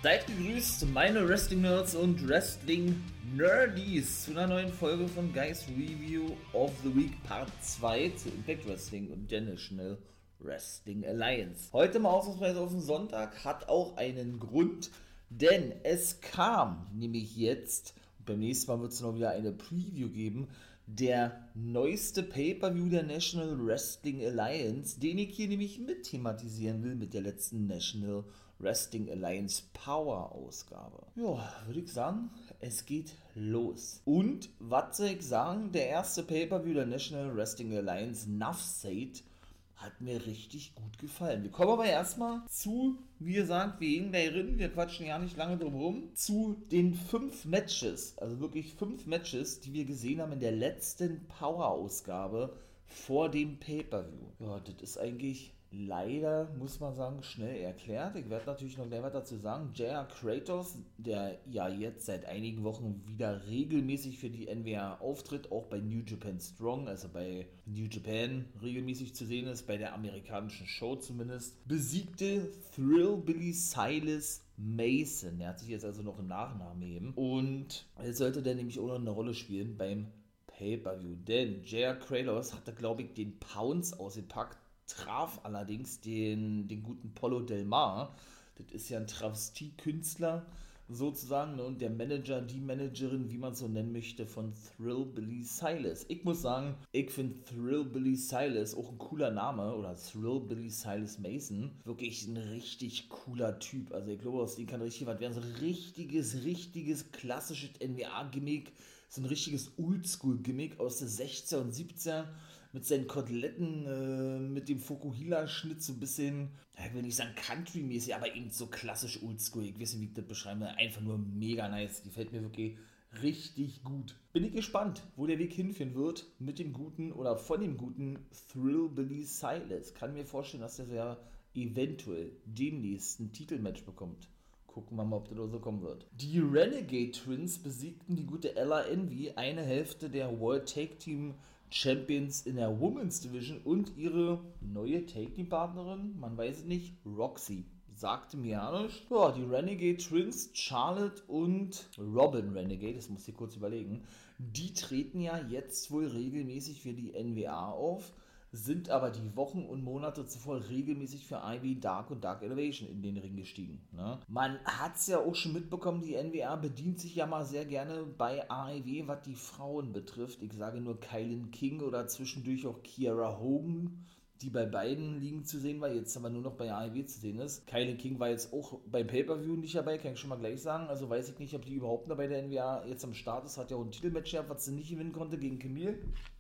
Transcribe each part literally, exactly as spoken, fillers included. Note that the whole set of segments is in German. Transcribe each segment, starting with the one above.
Seid gegrüßt, meine Wrestling-Nerds und Wrestling-Nerdies, zu einer neuen Folge von Guys Review of the Week Part zwei zu Impact Wrestling und der National Wrestling Alliance. Heute mal ausnahmsweise auf den Sonntag, hat auch einen Grund, denn es kam nämlich jetzt, beim nächsten Mal wird es noch wieder eine Preview geben, der neueste Pay-Per-View der National Wrestling Alliance, den ich hier nämlich mit thematisieren will mit der letzten National Wrestling Alliance Power Ausgabe. Ja, würde ich sagen, es geht los. Und, was soll ich sagen, der erste Pay-Per-View der National Wrestling Alliance, Nuff Said, hat mir richtig gut gefallen. Wir kommen aber erstmal zu, wie gesagt, wir hängen da drin, wir quatschen ja nicht lange drum rum, zu den fünf Matches, also wirklich fünf Matches, die wir gesehen haben in der letzten Power-Ausgabe vor dem Pay-Per-View. Ja, das ist eigentlich leider, muss man sagen, schnell erklärt. Ich werde natürlich noch gleich was dazu sagen. J R Kratos, der ja jetzt seit einigen Wochen wieder regelmäßig für die N W A auftritt, auch bei New Japan Strong, also bei New Japan regelmäßig zu sehen ist, bei der amerikanischen Show zumindest, besiegte Thrill Billy Silas Mason. Er hat sich jetzt also noch einen Nachnamen gegeben und er sollte dann nämlich auch noch eine Rolle spielen beim Pay-Per-View, denn J R Kratos hatte, glaube ich, den Pounce ausgepackt, traf allerdings den, den guten Polo Del Mar. Das ist ja ein Travestie-Künstler sozusagen, ne? Und der Manager, die Managerin, wie man es so nennen möchte, von Thrill Billy Silas. Ich muss sagen, ich finde Thrill Billy Silas auch ein cooler Name, oder Thrill Billy Silas Mason, wirklich ein richtig cooler Typ. Also ich glaube, aus dem kann richtig was werden. So ein richtiges, richtiges, klassisches N W A-Gimmick, so ein richtiges Oldschool-Gimmick aus den sechziger und siebziger, mit seinen Koteletten, äh, mit dem Fokuhila-Schnitt, so ein bisschen, ja, ich will nicht sagen Country-mäßig, aber eben so klassisch oldschool. Ich weiß nicht, wie ich das beschreibe, einfach nur mega nice. Die gefällt mir wirklich richtig gut. Bin ich gespannt, wo der Weg hinführen wird mit dem guten oder von dem guten Thrill Billy Silas. Kann mir vorstellen, dass der ja eventuell demnächst ein Titelmatch bekommt. Gucken wir mal, ob das so kommen wird. Die Renegade Twins besiegten die gute Ella Envy, eine Hälfte der World Tag Team Champions in der Women's Division, und ihre neue Tag Team Partnerin, man weiß es nicht, Roxy. Sagte mir ja nicht. Ja, die Renegade Twins, Charlotte und Robin Renegade, das muss ich kurz überlegen, die treten ja jetzt wohl regelmäßig für die N W A auf, sind aber die Wochen und Monate zuvor regelmäßig für I W Dark und Dark Elevation in den Ring gestiegen. Ne? Man hat es ja auch schon mitbekommen, die N W A bedient sich ja mal sehr gerne bei A E W, was die Frauen betrifft. Ich sage nur Kylan King oder zwischendurch auch Kiera Hogan, die bei beiden Ligen zu sehen war, jetzt aber nur noch bei A E W zu sehen ist. Kylan King war jetzt auch beim Pay-Per-View nicht dabei, kann ich schon mal gleich sagen. Also weiß ich nicht, ob die überhaupt noch bei der N W A jetzt am Start ist. Hat ja auch ein Titelmatch gehabt, was sie nicht gewinnen konnte gegen Camille.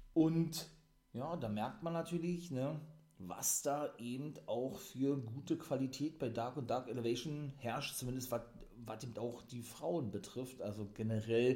Und ja, da merkt man natürlich, ne, was da eben auch für gute Qualität bei Dark und Dark Elevation herrscht, zumindest was, was eben auch die Frauen betrifft. Also generell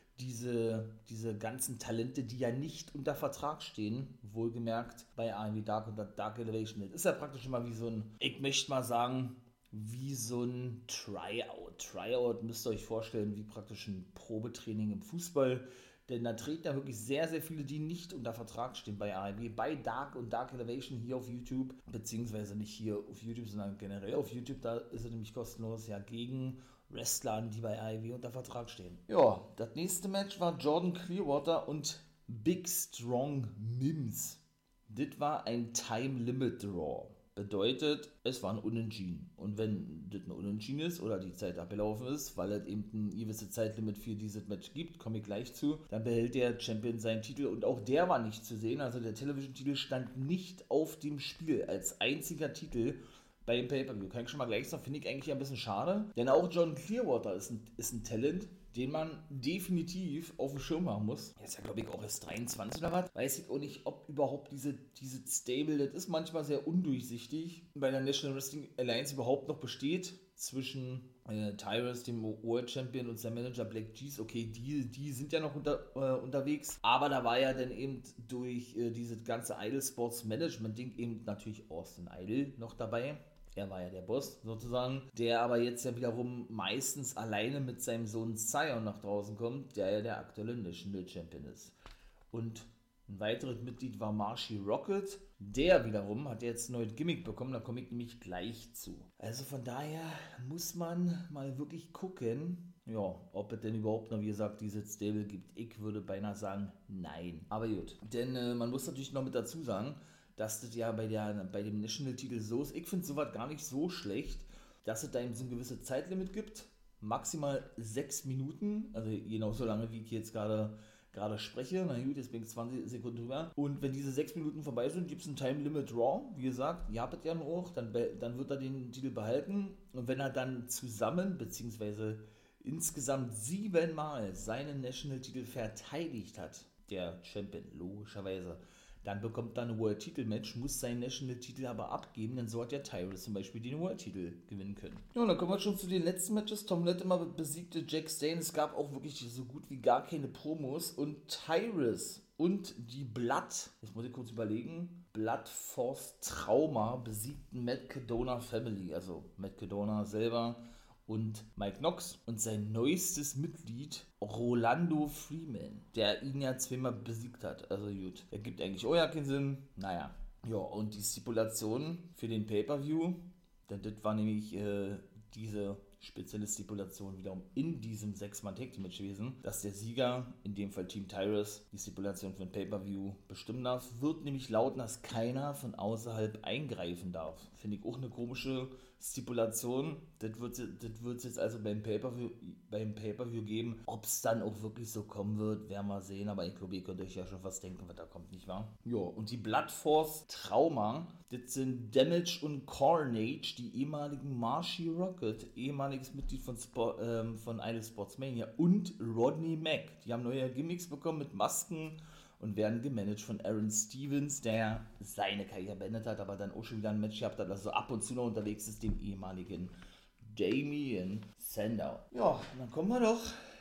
diese, diese ganzen Talente, die ja nicht unter Vertrag stehen, wohlgemerkt bei A E W Dark und Dark Elevation. Das ist ja praktisch immer wie so ein, ich möchte mal sagen, wie so ein Tryout. Tryout müsst ihr euch vorstellen, wie praktisch ein Probetraining im Fußball. Denn da treten ja wirklich sehr, sehr viele, die nicht unter Vertrag stehen bei A E W, bei Dark und Dark Elevation hier auf YouTube, beziehungsweise nicht hier auf YouTube, sondern generell auf YouTube, da ist es nämlich kostenlos, ja, gegen Wrestler, die bei A E W unter Vertrag stehen. Ja, das nächste Match war Jordan Clearwater und Big Strong Mims. Das war ein Time Limit Draw. Bedeutet, es war ein Unentschieden. Und wenn das ein Unentschieden ist oder die Zeit abgelaufen ist, weil es eben ein gewisses Zeitlimit für dieses Match gibt, komme ich gleich zu, dann behält der Champion seinen Titel, und auch der war nicht zu sehen. Also der Television-Titel stand nicht auf dem Spiel als einziger Titel beim Pay-Per-View. Kann ich schon mal gleich sagen, finde ich eigentlich ein bisschen schade, denn auch John Clearwater ist ein, ist ein Talent, den man definitiv auf dem Schirm haben muss. Er ist ja, glaube ich, auch erst dreiundzwanzig oder was. Weiß ich auch nicht, ob überhaupt diese, diese Stable, das ist manchmal sehr undurchsichtig, bei der National Wrestling Alliance überhaupt noch besteht, zwischen äh, Tyrus, dem World Champion, und seinem Manager Black G's. Okay, die, die sind ja noch unter, äh, unterwegs, aber da war ja dann eben durch äh, dieses ganze Idol Sports Management Ding eben natürlich Austin Idol noch dabei. Er war ja der Boss sozusagen, der aber jetzt ja wiederum meistens alleine mit seinem Sohn Zion nach draußen kommt, der ja der aktuelle National Champion ist. Und Ein weiteres Mitglied war Marshy Rocket. Der wiederum hat jetzt ein neues Gimmick bekommen, da komme ich nämlich gleich zu. Also von daher muss man mal wirklich gucken, ja, ob es denn überhaupt noch, wie gesagt, dieses Stable gibt. Ich würde beinahe sagen, nein. Aber gut, denn äh, man muss natürlich noch mit dazu sagen, dass das ja bei, der, bei dem National-Titel so ist. Ich finde sowas gar nicht so schlecht, dass es da eben so ein gewisses Zeitlimit gibt. Maximal sechs Minuten, also genauso lange, wie ich jetzt gerade gerade spreche. Na gut, jetzt bin ich zwanzig Sekunden drüber. Und wenn diese sechs Minuten vorbei sind, gibt es ein Time Limit Draw. Wie gesagt, ihr habt es ja noch, dann, dann wird er den Titel behalten. Und wenn er dann zusammen, beziehungsweise insgesamt siebenmal seinen National-Titel verteidigt hat, der Champion, logischerweise, dann bekommt er ein World-Titel-Match, muss seinen National-Titel aber abgeben, dann so hat ja Tyrus zum Beispiel den World-Titel gewinnen können. Ja, und dann kommen wir schon zu den letzten Matches. Tom Latimer besiegte Jack Stane. Es gab auch wirklich so gut wie gar keine Promos. Und Tyrus und die Blood, jetzt muss ich kurz überlegen, Blood Force Trauma besiegten Matt Cadona Family, also Matt Cadona selber und Mike Knox und sein neuestes Mitglied Rolando Freeman, der ihn ja zweimal besiegt hat. Also gut, ergibt eigentlich auch ja keinen Sinn. Naja, ja, und die Stipulation für den Pay-Per-View, denn das war nämlich äh, diese spezielle Stipulation wiederum in diesem sechs-Mann-Tag-Team-Match gewesen, dass der Sieger, in dem Fall Team Tyrus, die Stipulation für den Pay-Per-View bestimmen darf, wird nämlich lauten, dass keiner von außerhalb eingreifen darf. Finde ich auch eine komische Stipulation. Das wird es jetzt also beim Pay-Per-View, beim Pay-Per-View geben. Ob es dann auch wirklich so kommen wird, werden wir sehen. Aber ich glaube, ihr könnt euch ja schon was denken, was da kommt, nicht wahr? Ja, und die Blood Force Trauma, das sind Damage und Carnage, die ehemaligen Marshy Rocket, ehemaliges Mitglied von, Sport, ähm, von Idol Sportsmania und Rodney Mack. Die haben neue Gimmicks bekommen mit Masken und werden gemanagt von Aaron Stevens, der seine Karriere beendet hat, aber dann auch schon wieder ein Match gehabt hat, also ab und zu noch unterwegs ist, dem ehemaligen Damien Sandow. Ja, und dann kommen wir doch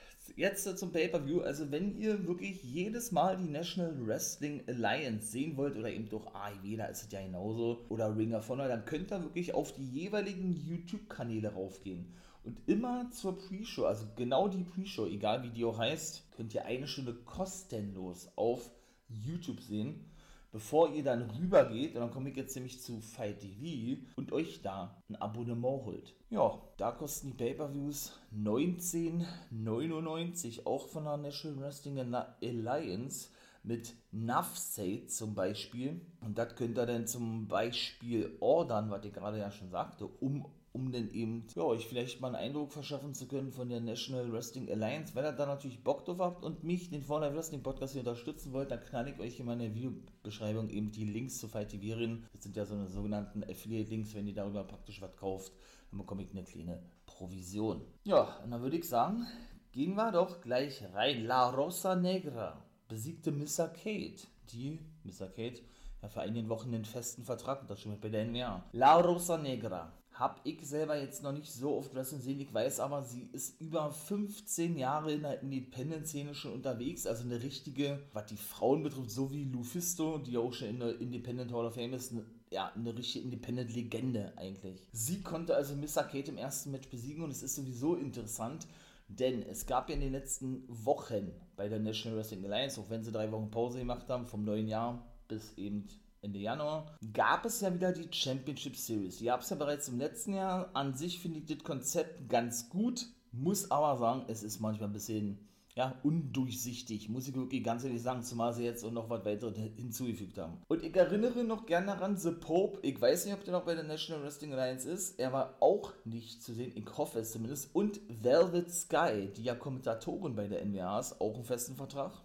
jetzt zum Pay-Per-View. Also wenn ihr wirklich jedes Mal die National Wrestling Alliance sehen wollt oder eben durch A E W, da ist es ja genauso, oder Ring of Honor, dann könnt ihr wirklich auf die jeweiligen YouTube-Kanäle raufgehen. Und immer zur Pre-Show, also genau die Pre-Show, egal wie die auch heißt, könnt ihr eine Stunde kostenlos auf YouTube sehen, bevor ihr dann rübergeht, und dann komme ich jetzt nämlich zu Fight T V und euch da ein Abonnement holt. Ja, da kosten die Pay-Per-Views neunzehn neunundneunzig, auch von der National Wrestling Alliance, mit Nafsate zum Beispiel. Und das könnt ihr dann zum Beispiel ordern, was ich gerade ja schon sagte, um um dann eben, ja, euch vielleicht mal einen Eindruck verschaffen zu können von der National Wrestling Alliance. Wenn ihr da natürlich Bock drauf habt und mich, den For Life Wrestling Podcast, hier unterstützen wollt, dann knall ich euch in meiner Videobeschreibung eben die Links zu Fight T V rein. Das sind ja so eine sogenannten Affiliate-Links. Wenn ihr darüber praktisch was kauft, dann bekomme ich eine kleine Provision. Ja, und dann würde ich sagen, gehen wir doch gleich rein. La Rosa Negra besiegte Missa Kate, die, Missa Kate, ja vor einigen Wochen einen festen Vertrag unterschrieben bei der N W A. La Rosa Negra habe ich selber jetzt noch nicht so oft Wrestling gesehen. Ich weiß aber, sie ist über fünfzehn Jahre in der Independent-Szene schon unterwegs. Also eine richtige, was die Frauen betrifft, so wie Lufisto, die auch schon in der Independent Hall of Fame ist, eine, ja, eine richtige Independent-Legende eigentlich. Sie konnte also Missa Kate im ersten Match besiegen und es ist sowieso interessant, denn es gab ja in den letzten Wochen bei der National Wrestling Alliance, auch wenn sie drei Wochen Pause gemacht haben, vom neuen Jahr bis eben Ende Januar, gab es ja wieder die Championship Series. Die gab es ja bereits im letzten Jahr. An sich finde ich das Konzept ganz gut, muss aber sagen, es ist manchmal ein bisschen, ja, undurchsichtig, muss ich wirklich ganz ehrlich sagen, zumal sie jetzt auch noch was weiteres hinzugefügt haben. Und ich erinnere noch gerne daran, The Pope, ich weiß nicht, ob der noch bei der National Wrestling Alliance ist, er war auch nicht zu sehen, ich hoffe es zumindest, und Velvet Sky, die ja Kommentatorin bei der N W A ist, auch einen festen Vertrag,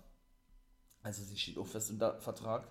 also sie steht auch fest unter Vertrag.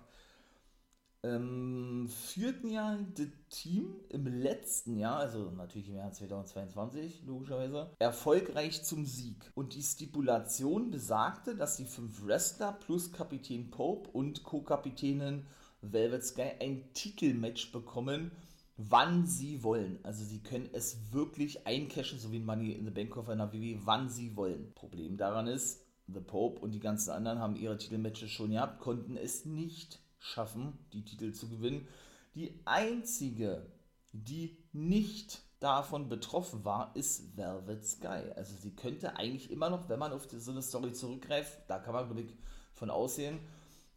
Ähm, führten ja das Team im letzten Jahr, also natürlich im Jahr zweitausendzweiundzwanzig logischerweise, erfolgreich zum Sieg. Und die Stipulation besagte, dass die fünf Wrestler plus Kapitän Pope und Co-Kapitänin Velvet Sky ein Titelmatch bekommen, wann sie wollen. Also sie können es wirklich eincashen, so wie ein Money in the Bank Koffer in der W W E, wann sie wollen. Problem daran ist, The Pope und die ganzen anderen haben ihre Titelmatches schon gehabt, konnten es nicht schaffen, die Titel zu gewinnen. Die einzige, die nicht davon betroffen war, ist Velvet Sky. Also sie könnte eigentlich immer noch, wenn man auf so eine Story zurückgreift, da kann man glaube ich von aussehen,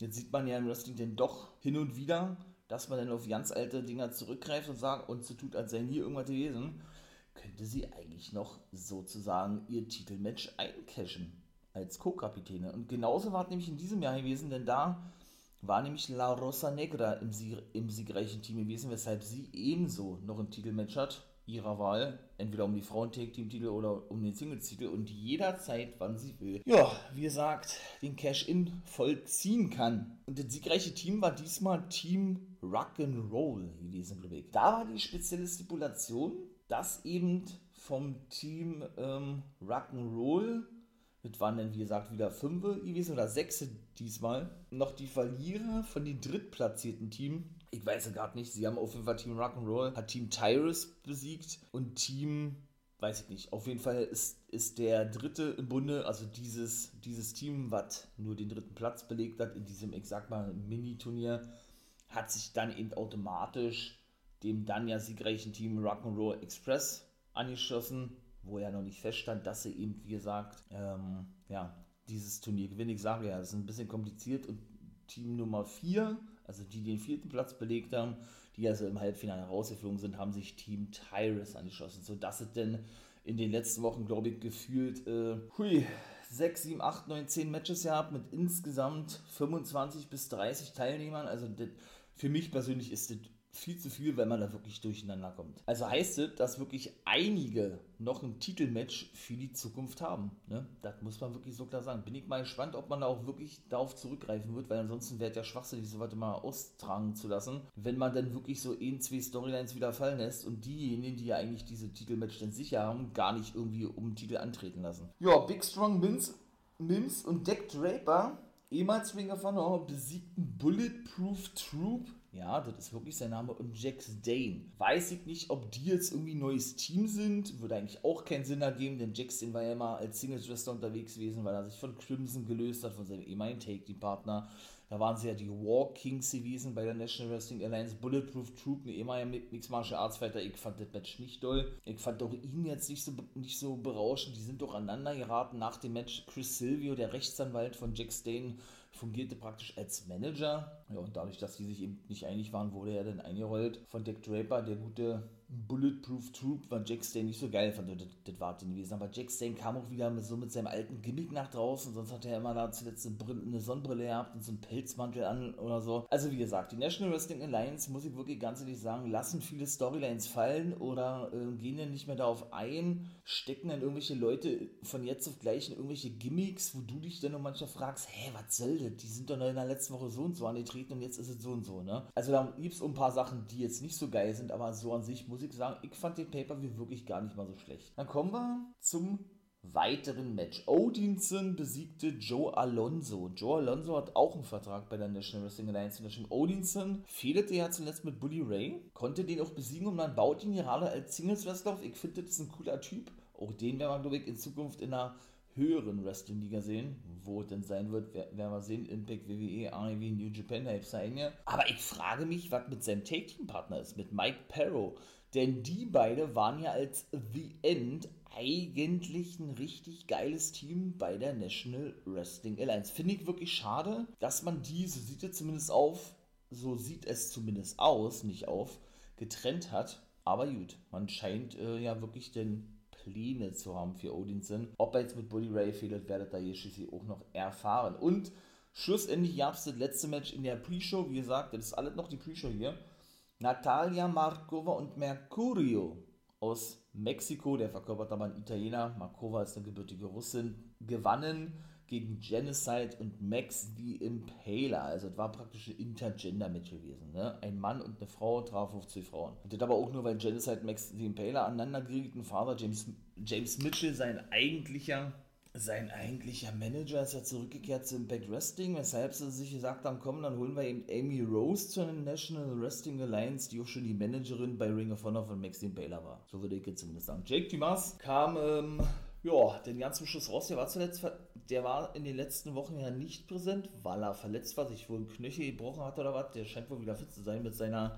jetzt sieht man ja im Wrestling denn doch hin und wieder, dass man dann auf ganz alte Dinger zurückgreift und sagt und so tut, als sei nie irgendwas gewesen, könnte sie eigentlich noch sozusagen ihr Titelmatch eincashen als Co-Kapitäne. Und genauso war es nämlich in diesem Jahr gewesen, denn da war nämlich La Rosa Negra im, Sieg, im siegreichen Team gewesen, weshalb sie ebenso noch ein Titelmatch hat, ihrer Wahl, entweder um die Frauen-Tag-Team-Titel oder um den Singles-Titel und jederzeit, wann sie will, ja, wie gesagt, den Cash-In vollziehen kann. Und das siegreiche Team war diesmal Team Rock'n'Roll gewesen, glaube ich. Da war die spezielle Stipulation, dass eben vom Team ähm, Rock'n'Roll, das waren dann wie gesagt wieder Fünfe gewesen oder Sechse diesmal, noch die Verlierer von den drittplatzierten Team, ich weiß ja gerade nicht, sie haben auf jeden Fall Team Rock'n'Roll, hat Team Tyrus besiegt und Team, weiß ich nicht, auf jeden Fall ist, ist der dritte im Bunde, also dieses, dieses Team, was nur den dritten Platz belegt hat in diesem, ich sag mal, Mini-Turnier, hat sich dann eben automatisch dem dann ja siegreichen Team Rock'n'Roll Express angeschlossen, wo ja noch nicht feststand, dass sie eben, wie gesagt, ähm, ja, dieses Turnier gewinnen. Ich sage ja, es ist ein bisschen kompliziert und Team Nummer vier, also die den vierten Platz belegt haben, die also im Halbfinale rausgeflogen sind, haben sich Team Tyrus angeschlossen, sodass es denn in den letzten Wochen, glaube ich, gefühlt äh, hui, sechs, sieben, acht, neun, zehn Matches gehabt mit insgesamt fünfundzwanzig bis dreißig Teilnehmern. Also das, für mich persönlich ist das viel zu viel, wenn man da wirklich durcheinander kommt. Also heißt es, dass wirklich einige noch ein Titelmatch für die Zukunft haben. Ne? Das muss man wirklich so klar sagen. Bin ich mal gespannt, ob man da auch wirklich darauf zurückgreifen wird, weil ansonsten wäre es ja schwachsinnig, so weit mal austragen zu lassen, wenn man dann wirklich so ein, zwei Storylines wieder fallen lässt und diejenigen, die ja eigentlich diese Titelmatch dann sicher haben, gar nicht irgendwie um den Titel antreten lassen. Ja, Big Strong Mims, Mims und Deck Draper, ehemals Ring of Honor, besiegten Bulletproof Troop. Ja, das ist wirklich sein Name. Und Jax Dane. Weiß ich nicht, ob die jetzt irgendwie ein neues Team sind. Würde eigentlich auch keinen Sinn ergeben, denn Jax Dane war ja immer als Singles-Wrestler unterwegs gewesen, weil er sich von Crimson gelöst hat, von seinem ehemaligen Take-Team-Partner. Da waren sie ja die War Kings gewesen bei der National Wrestling Alliance. Bulletproof Troop, ein ehemaliger Mixed Martial Arts Fighter. Ich fand das Match nicht doll. Ich fand auch ihn jetzt nicht so, nicht so berauschend. Die sind doch aneinander geraten nach dem Match. Chris Silvio, der Rechtsanwalt von Jax Dane, fungierte praktisch als Manager. Ja, und dadurch, dass die sich eben nicht einig waren, wurde er dann eingerollt von Deck Draper. Der gute Bulletproof Troop war Jax Dane nicht so geil, fand das, das war den gewesen. Aber Jax Dane kam auch wieder mit, so mit seinem alten Gimmick nach draußen, sonst hat er immer da zuletzt eine, Brille, eine Sonnenbrille gehabt und so einen Pelzmantel an oder so. Also wie gesagt, die National Wrestling Alliance, muss ich wirklich ganz ehrlich sagen, lassen viele Storylines fallen oder äh, gehen dann nicht mehr darauf ein, stecken dann irgendwelche Leute von jetzt auf gleich in irgendwelche Gimmicks, wo du dich dann noch manchmal fragst, hä, was soll das? Die sind doch in der letzten Woche so und so angetreten und jetzt ist es so und so, ne? Also da gibt es ein paar Sachen, die jetzt nicht so geil sind, aber so an sich muss ich sagen, ich fand den Pay-Per-View wirklich gar nicht mal so schlecht. Dann kommen wir zum weiteren Match. Odinson besiegte Joe Alonso. Joe Alonso hat auch einen Vertrag bei der National Wrestling Alliance unterschrieben. Odinson fehlte ja zuletzt mit Bully Ray, konnte den auch besiegen und man baut ihn gerade als Singles-Wrestler auf. Ich finde, das ist ein cooler Typ. Auch den werden wir, glaube ich, in Zukunft in einer höheren Wrestling-Liga sehen. Wo es denn sein wird, werden wir sehen. Impact, W W E, A E W, New Japan, da gibt's ja. Aber ich frage mich, was mit seinem Take-Team-Partner ist, mit Mike Perro. Denn die beide waren ja als The End eigentlich ein richtig geiles Team bei der National Wrestling Alliance. Finde ich wirklich schade, dass man die, so sieht es zumindest auf, so sieht es zumindest aus, nicht auf, getrennt hat. Aber gut, man scheint äh, ja wirklich den Pläne zu haben für Odinson. Ob er jetzt mit Bully Ray fehlt, werdet ihr hier schließlich auch noch erfahren. Und schlussendlich gab es das letzte Match in der Pre-Show. Wie gesagt, das ist alles noch die Pre-Show hier. Natalia Markova und Mercurio aus Mexiko, der verkörpert aber einen Italiener, Markova ist eine gebürtige Russin, gewannen gegen Genocide und Max the Impaler. Also es war praktisch ein Intergender-Match gewesen. Ne? Ein Mann und eine Frau traf auf zwei Frauen. Und das aber auch nur, weil Genocide Max the Impaler aneinander gerieten. Vater James, James Mitchell, sein eigentlicher Sein eigentlicher Manager ist ja zurückgekehrt zu Impact Wrestling, weshalb sie sich gesagt haben, komm, dann holen wir eben Amy Rose zur National Wrestling Alliance, die auch schon die Managerin bei Ring of Honor von Max the Impaler war. So würde ich jetzt zumindest sagen. Jake Dumas kam, ähm, ja, den ganz zum Schluss raus. Der war zuletzt, der war in den letzten Wochen ja nicht präsent, weil er verletzt war, sich wohl ein Knöchel gebrochen hat oder was. Der scheint wohl wieder fit zu sein mit seiner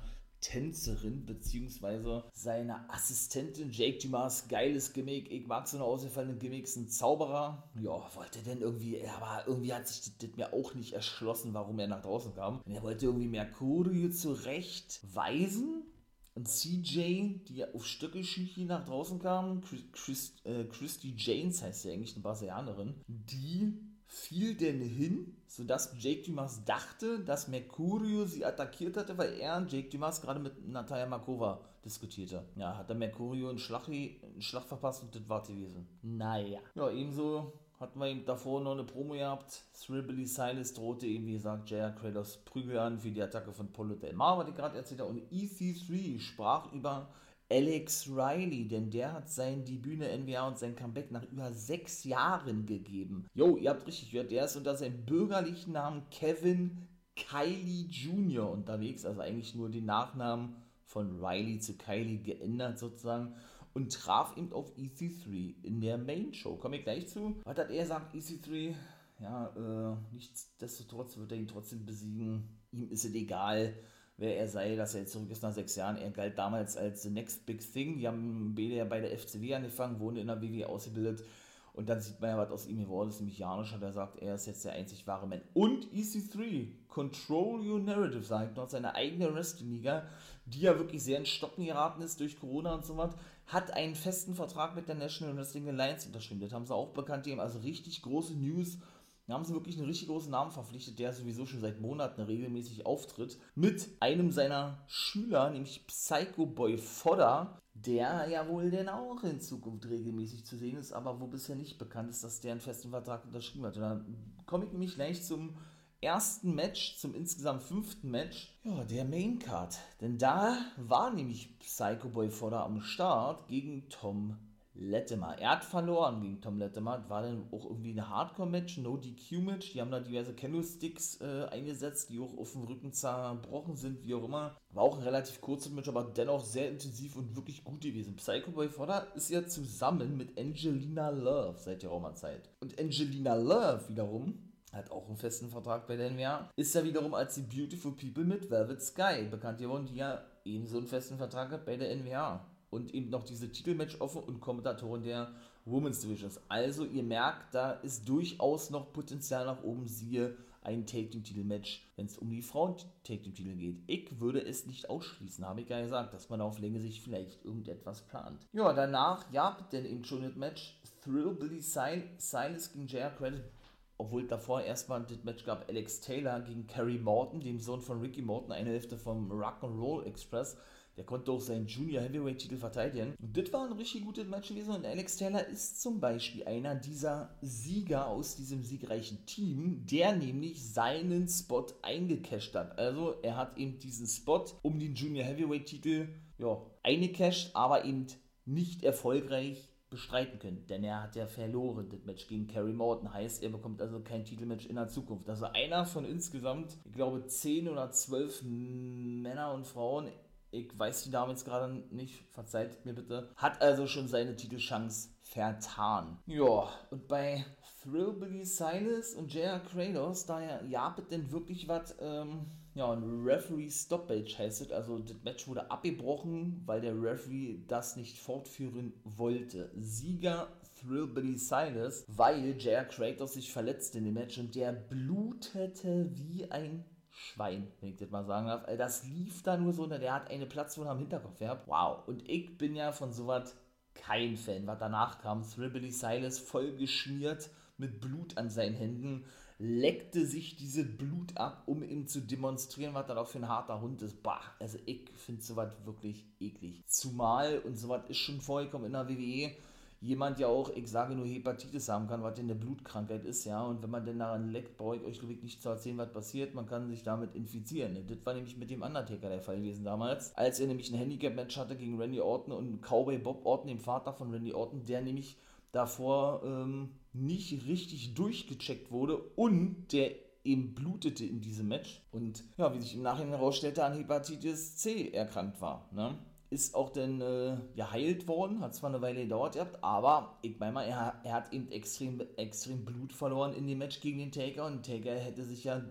Tänzerin beziehungsweise seine Assistentin Jake Dumas, geiles Gimmick, ich mag so eine ausgefallene Gimmicks, ein Zauberer. Ja, wollte denn irgendwie, aber irgendwie hat sich das, das mir auch nicht erschlossen, warum er nach draußen kam. Und er wollte irgendwie Mercurio zurechtweisen. Und C J, die auf Stöckelschüchi nach draußen kam, Chris, Chris, äh, Christy Janes heißt sie eigentlich, eine Brasilianerin, die fiel denn hin, sodass Jake Dumas dachte, dass Mercurio sie attackiert hatte, weil er und Jake Dumas gerade mit Natalia Markova diskutierte. Ja, hat der Mercurio einen Schlag, einen Schlag verpasst und das war gewesen. Naja. Ja, ebenso hatten wir eben davor noch eine Promo gehabt. Thrillbilly Silas drohte eben, wie gesagt, J R Kratos Prügel an für die Attacke von Paulo Del Mar, was ich gerade erzählt habe. Und E C drei sprach über Alex Riley, denn der hat sein Debüt in der N W A und sein Comeback nach über sechs Jahren gegeben. Jo, ihr habt richtig gehört, der ist unter seinem bürgerlichen Namen Kevin Kylie Junior unterwegs, also eigentlich nur den Nachnamen von Riley zu Kylie geändert sozusagen, und traf eben auf E C drei in der Main Show. Komme ich gleich zu. Was hat er gesagt? E C drei, ja, äh, nichtsdestotrotz wird er ihn trotzdem besiegen. Ihm ist es egal, wer er sei, dass er jetzt zurück ist nach sechs Jahren. Er galt damals als the next big thing. Die haben beide ja bei der F C W angefangen, wurden in der W W ausgebildet. Und dann sieht man ja, was aus ihm geworden ist, nämlich Janisch hat er sagt, er ist jetzt der einzig wahre Mann. Und E C drei, Control Your Narrative, sagt noch, seine eigene Wrestling-Liga, die ja wirklich sehr in Stocken geraten ist durch Corona und so was, hat einen festen Vertrag mit der National Wrestling Alliance unterschrieben. Das haben sie auch bekannt gegeben, also richtig große News. Da haben sie wirklich einen richtig großen Namen verpflichtet, der sowieso schon seit Monaten regelmäßig auftritt, mit einem seiner Schüler, nämlich Psycho Boy Fodder, der ja wohl denn auch in Zukunft regelmäßig zu sehen ist, aber wo bisher nicht bekannt ist, dass der einen festen Vertrag unterschrieben hat. Und dann komme ich nämlich gleich zum ersten Match, zum insgesamt fünften Match, ja, der Main Card. Denn da war nämlich Psycho Boy Fodder am Start gegen Tom Latimer. Er hat verloren gegen Tom Latimer, war dann auch irgendwie ein Hardcore-Match, No-D Q-Match, die haben da diverse Candlesticks äh, eingesetzt, die auch auf dem Rücken zerbrochen sind, wie auch immer. War auch ein relativ kurzes Match, aber dennoch sehr intensiv und wirklich gut gewesen. Psycho Boy Fodder ist ja zusammen mit Angelina Love seit der Roma-Zeit. Und Angelina Love wiederum hat auch einen festen Vertrag bei der N W A, ist ja wiederum als die Beautiful People mit Velvet Sky bekannt geworden, die ja ebenso einen festen Vertrag hat bei der N W A. Und eben noch diese Titelmatch offen und Kommentatorin der Women's Divisions. Also ihr merkt, da ist durchaus noch Potenzial nach oben, siehe ein Take-Team-Titel-Match, wenn es um die Frauen-Take-Team-Titel geht. Ich würde es nicht ausschließen, habe ich ja gesagt, dass man auf Länge sich vielleicht irgendetwas plant. Ja, danach gab denn eben schon das Match Thrillbilly Silas gegen J R Credit, obwohl davor erstmal das Match gab, Alex Taylor gegen Kerry Morton, dem Sohn von Ricky Morton, eine Hälfte vom Rock'n'Roll Express. Der konnte auch seinen Junior Heavyweight Titel verteidigen. Und das war ein richtig gutes Match gewesen. Und Alex Taylor ist zum Beispiel einer dieser Sieger aus diesem siegreichen Team, der nämlich seinen Spot eingecasht hat. Also er hat eben diesen Spot um den Junior Heavyweight Titel ja, eingecasht, aber eben nicht erfolgreich bestreiten können, denn er hat ja verloren, das Match gegen Kerry Morton, heißt, er bekommt also kein Titelmatch in der Zukunft. Also einer von insgesamt, ich glaube, zehn oder zwölf Männer und Frauen, ich weiß die Namen jetzt gerade nicht, verzeiht mir bitte, hat also schon seine Titelchance vertan. Ja, und bei Thrillbilly Silas und J R Kratos, da ja, denn wirklich was, ähm, ja, ein Referee Stoppage heißt es, also das Match wurde abgebrochen, weil der Referee das nicht fortführen wollte. Sieger Thrillbilly Silas, weil J R Kratos sich verletzte in dem Match und der blutete wie ein Schwein, wenn ich das mal sagen darf. Das lief da nur so, der hat eine Platzwunde am Hinterkopf gehabt. Wow. Und ich bin ja von sowas kein Fan. Was danach kam, Thrillbilly Silas voll geschmiert mit Blut an seinen Händen, leckte sich dieses Blut ab, um ihm zu demonstrieren, was das auch für ein harter Hund ist. Bah, also ich finde sowas wirklich eklig. Zumal, und sowas ist schon vorgekommen in der W W E, jemand ja auch, ich sage nur Hepatitis haben kann, was denn eine Blutkrankheit ist, ja, und wenn man denn daran leckt, brauche ich euch glaube ich nicht zu erzählen, was passiert, man kann sich damit infizieren. Das war nämlich mit dem Undertaker der Fall gewesen damals, als er nämlich ein Handicap-Match hatte gegen Randy Orton und Cowboy Bob Orton, dem Vater von Randy Orton, der nämlich davor ähm, nicht richtig durchgecheckt wurde und der eben blutete in diesem Match und ja, wie sich im Nachhinein herausstellte, an Hepatitis C erkrankt war, ne? Ist auch dann äh, geheilt worden, hat zwar eine Weile gedauert gehabt, aber ich meine mal, er, er hat eben extrem, extrem Blut verloren in dem Match gegen den Taker und Taker hätte sich ja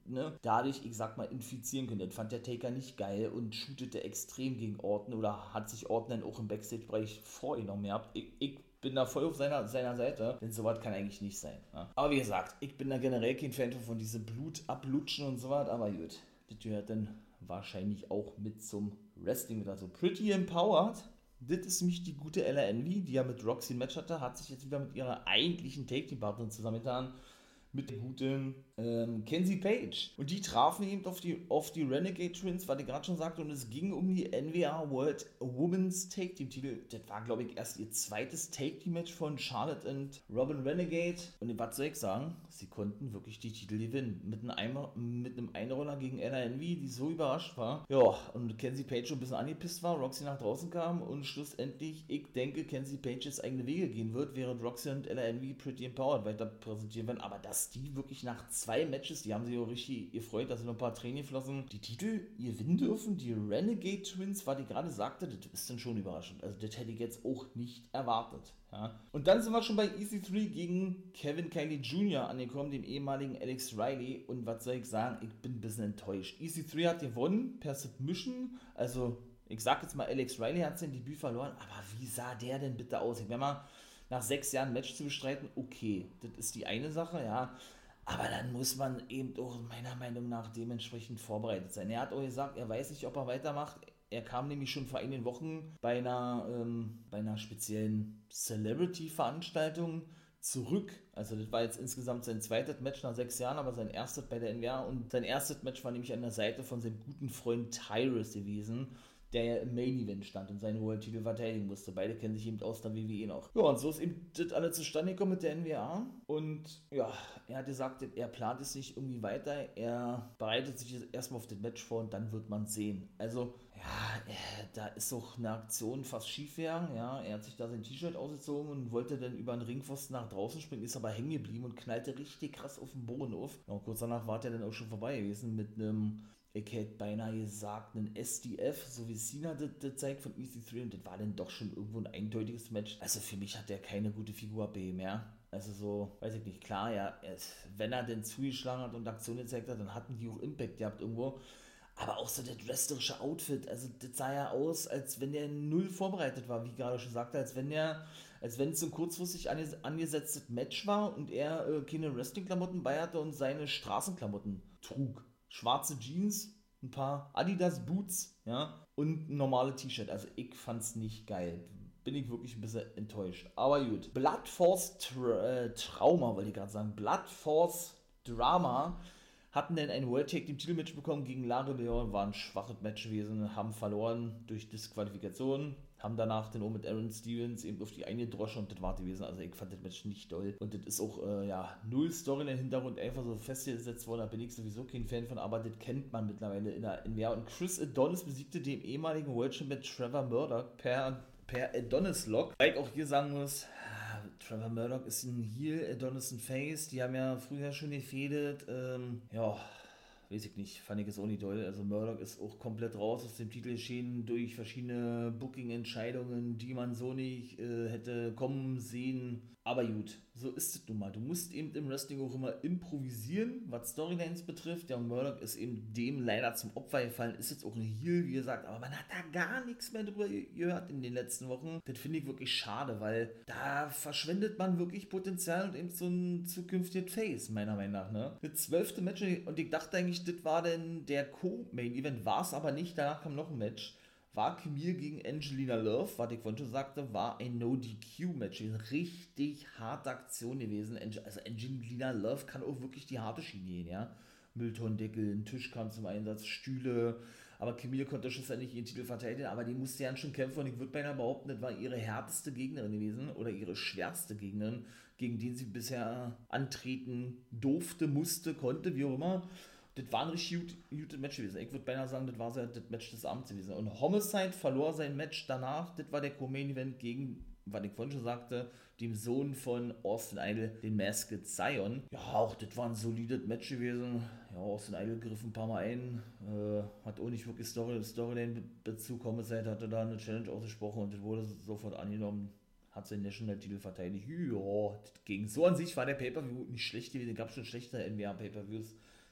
ne, dadurch, ich sag mal, infizieren können. Das fand der Taker nicht geil und shootete extrem gegen Orton oder hat sich Orton dann auch im Backstage-Bereich vorgenommen gehabt. Ich, ich bin da voll auf seiner, seiner Seite, denn sowas kann eigentlich nicht sein. Ne? Aber wie gesagt, ich bin da generell kein Fan von diese Blut ablutschen und sowas, aber gut, das gehört dann wahrscheinlich auch mit zum Wrestling mit. Also Pretty Empowered, das ist nämlich die gute Ella Envy, die ja mit Roxy ein Match hatte, hat sich jetzt wieder mit ihrer eigentlichen Take-Team-Partnerin zusammengetan, mit der guten ähm, Kenzie Page. Und die trafen eben auf die, auf die Renegade Twins, was ich gerade schon sagte, und es ging um die N W A World Women's Take Team Titel. Das war, glaube ich, erst ihr zweites Take Team Match von Charlotte und Robin Renegade. Und was soll ich sagen? Sie konnten wirklich die Titel gewinnen. Mit einem, Eimer, mit einem Einroller gegen Ella Envy, die so überrascht war. Ja, und Kenzie Page schon ein bisschen angepisst war, Roxy nach draußen kam und schlussendlich, ich denke, Kenzie Page jetzt eigene Wege gehen wird, während Roxy und Ella Envy Pretty Empowered weiter präsentieren werden. Aber das die wirklich nach zwei Matches, die haben sich auch richtig gefreut, dass sie noch ein paar Tränen geflossen, die Titel gewinnen dürfen, die Renegade Twins, was ich gerade sagte, das ist dann schon überraschend. Also das hätte ich jetzt auch nicht erwartet. Ja. Und dann sind wir schon bei E C drei gegen Kevin Kelly Junior angekommen, dem ehemaligen Alex Riley. Und was soll ich sagen, ich bin ein bisschen enttäuscht. E C drei hat gewonnen per Submission, also ich sag jetzt mal, Alex Riley hat sein Debüt verloren, aber wie sah der denn bitte aus? Ich werde mal nach sechs Jahren ein Match zu bestreiten, okay, das ist die eine Sache, ja, aber dann muss man eben auch meiner Meinung nach dementsprechend vorbereitet sein. Er hat auch gesagt, er weiß nicht, ob er weitermacht. Er kam nämlich schon vor einigen Wochen bei einer, ähm, bei einer speziellen Celebrity-Veranstaltung zurück. Also das war jetzt insgesamt sein zweites Match nach sechs Jahren, aber sein erstes bei der N W A und sein erstes Match war nämlich an der Seite von seinem guten Freund Tyrus gewesen, der ja im Main Event stand und seinen World-Titel verteidigen musste. Beide kennen sich eben aus der W W E noch. Ja, und so ist eben das alles zustande gekommen mit der N W A. Und ja, er hat gesagt, er plant es nicht irgendwie weiter. Er bereitet sich jetzt erstmal auf das Match vor und dann wird man sehen. Also, ja, äh, da ist auch eine Aktion fast schief gegangen. Ja, er hat sich da sein T-Shirt ausgezogen und wollte dann über einen Ringpfosten nach draußen springen, ist aber hängen geblieben und knallte richtig krass auf den Boden auf. Ja, und kurz danach war der dann auch schon vorbei gewesen mit einem, ich hätte beinahe gesagt, einen S D F, so wie Cena das, das zeigt von E C drei, und das war dann doch schon irgendwo ein eindeutiges Match. Also für mich hat der keine gute Figur abgegeben mehr. Also so, weiß ich nicht, klar, ja, es, wenn er denn zugeschlagen hat und Aktionen gezeigt hat, dann hatten die auch Impact gehabt irgendwo. Aber auch so das wrestlerische Outfit, also das sah ja aus, als wenn der null vorbereitet war, wie ich gerade schon sagte, als wenn der, als wenn es so ein kurzfristig angesetztes Match war und er äh, keine Wrestling-Klamotten bei hatte und seine Straßenklamotten trug. Schwarze Jeans, ein paar Adidas Boots, ja, und ein normales T-Shirt. Also ich fand's nicht geil. Bin ich wirklich ein bisschen enttäuscht. Aber gut. Blood Force Tra- äh, Trauma, wollte ich gerade sagen. Blood Force Drama hatten denn ein World Tag Team Titelmatch bekommen gegen Laredo Leon, war ein schwaches Match gewesen, haben verloren durch Disqualifikation, haben danach den auch mit Aaron Stevens eben auf die eingedroschen und das war gewesen. Also ich fand das Match nicht doll. Und das ist auch, äh, ja, null Story in den Hintergrund einfach so festgesetzt worden, da bin ich sowieso kein Fan von, aber das kennt man mittlerweile in der N W A. Und Chris Adonis besiegte den ehemaligen World Champion Trevor Murdoch per, per Adonis-Lock. Weil ich auch hier sagen muss, Trevor Murdoch ist ein Heel, Adonis ein Face, die haben ja früher schon gefädet, ähm, ja, weiß ich nicht, fand ich es auch nicht toll. Also Murdoch ist auch komplett raus aus dem Titelgeschehen durch verschiedene Booking-Entscheidungen, die man so nicht äh, hätte kommen sehen. Aber gut, so ist es nun mal. Du musst eben im Wrestling auch immer improvisieren, was Storylines betrifft. Ja, und Murdoch ist eben dem leider zum Opfer gefallen, ist jetzt auch ein Heel, wie gesagt, aber man hat da gar nichts mehr drüber gehört in den letzten Wochen. Das finde ich wirklich schade, weil da verschwendet man wirklich Potenzial und eben so ein zukünftiges Face, meiner Meinung nach, ne? Das zwölfte Match, und ich dachte eigentlich, das war denn der Co-Main-Event, war es aber nicht, danach kam noch ein Match. War Camille gegen Angelina Love, was ich vorhin schon sagte, war ein No-D Q-Match. Eine richtig harte Aktion gewesen. Also Angelina Love kann auch wirklich die harte Schiene gehen, ja. Mülltonnendeckel, ein Tisch kam zum Einsatz, Stühle. Aber Camille konnte schlussendlich ihren Titel verteidigen, aber die musste ja schon kämpfen und ich würde beinahe behaupten, das war ihre härteste Gegnerin gewesen oder ihre schwerste Gegnerin, gegen die sie bisher antreten durfte, musste, konnte, wie auch immer. Das war ein richtig gut, gutes Match gewesen. Ich würde beinahe sagen, das war das Match des Abends gewesen. Und Homicide verlor sein Match danach. Das war der Co-Main-Event gegen, was ich vorhin schon sagte, dem Sohn von Austin Idol, den Masked Zion. Ja, auch das war ein solides Match gewesen. Ja, Austin Idol griff ein paar Mal ein. Äh, hat auch nicht wirklich Story, Storyline-Bezug. Homicide hatte da eine Challenge ausgesprochen und das wurde sofort angenommen. Hat seinen National-Titel verteidigt. Ja, das ging. So an sich war der Pay-Per-View nicht schlecht gewesen. Es gab schon schlechtere N W A-Pay-Per-Views.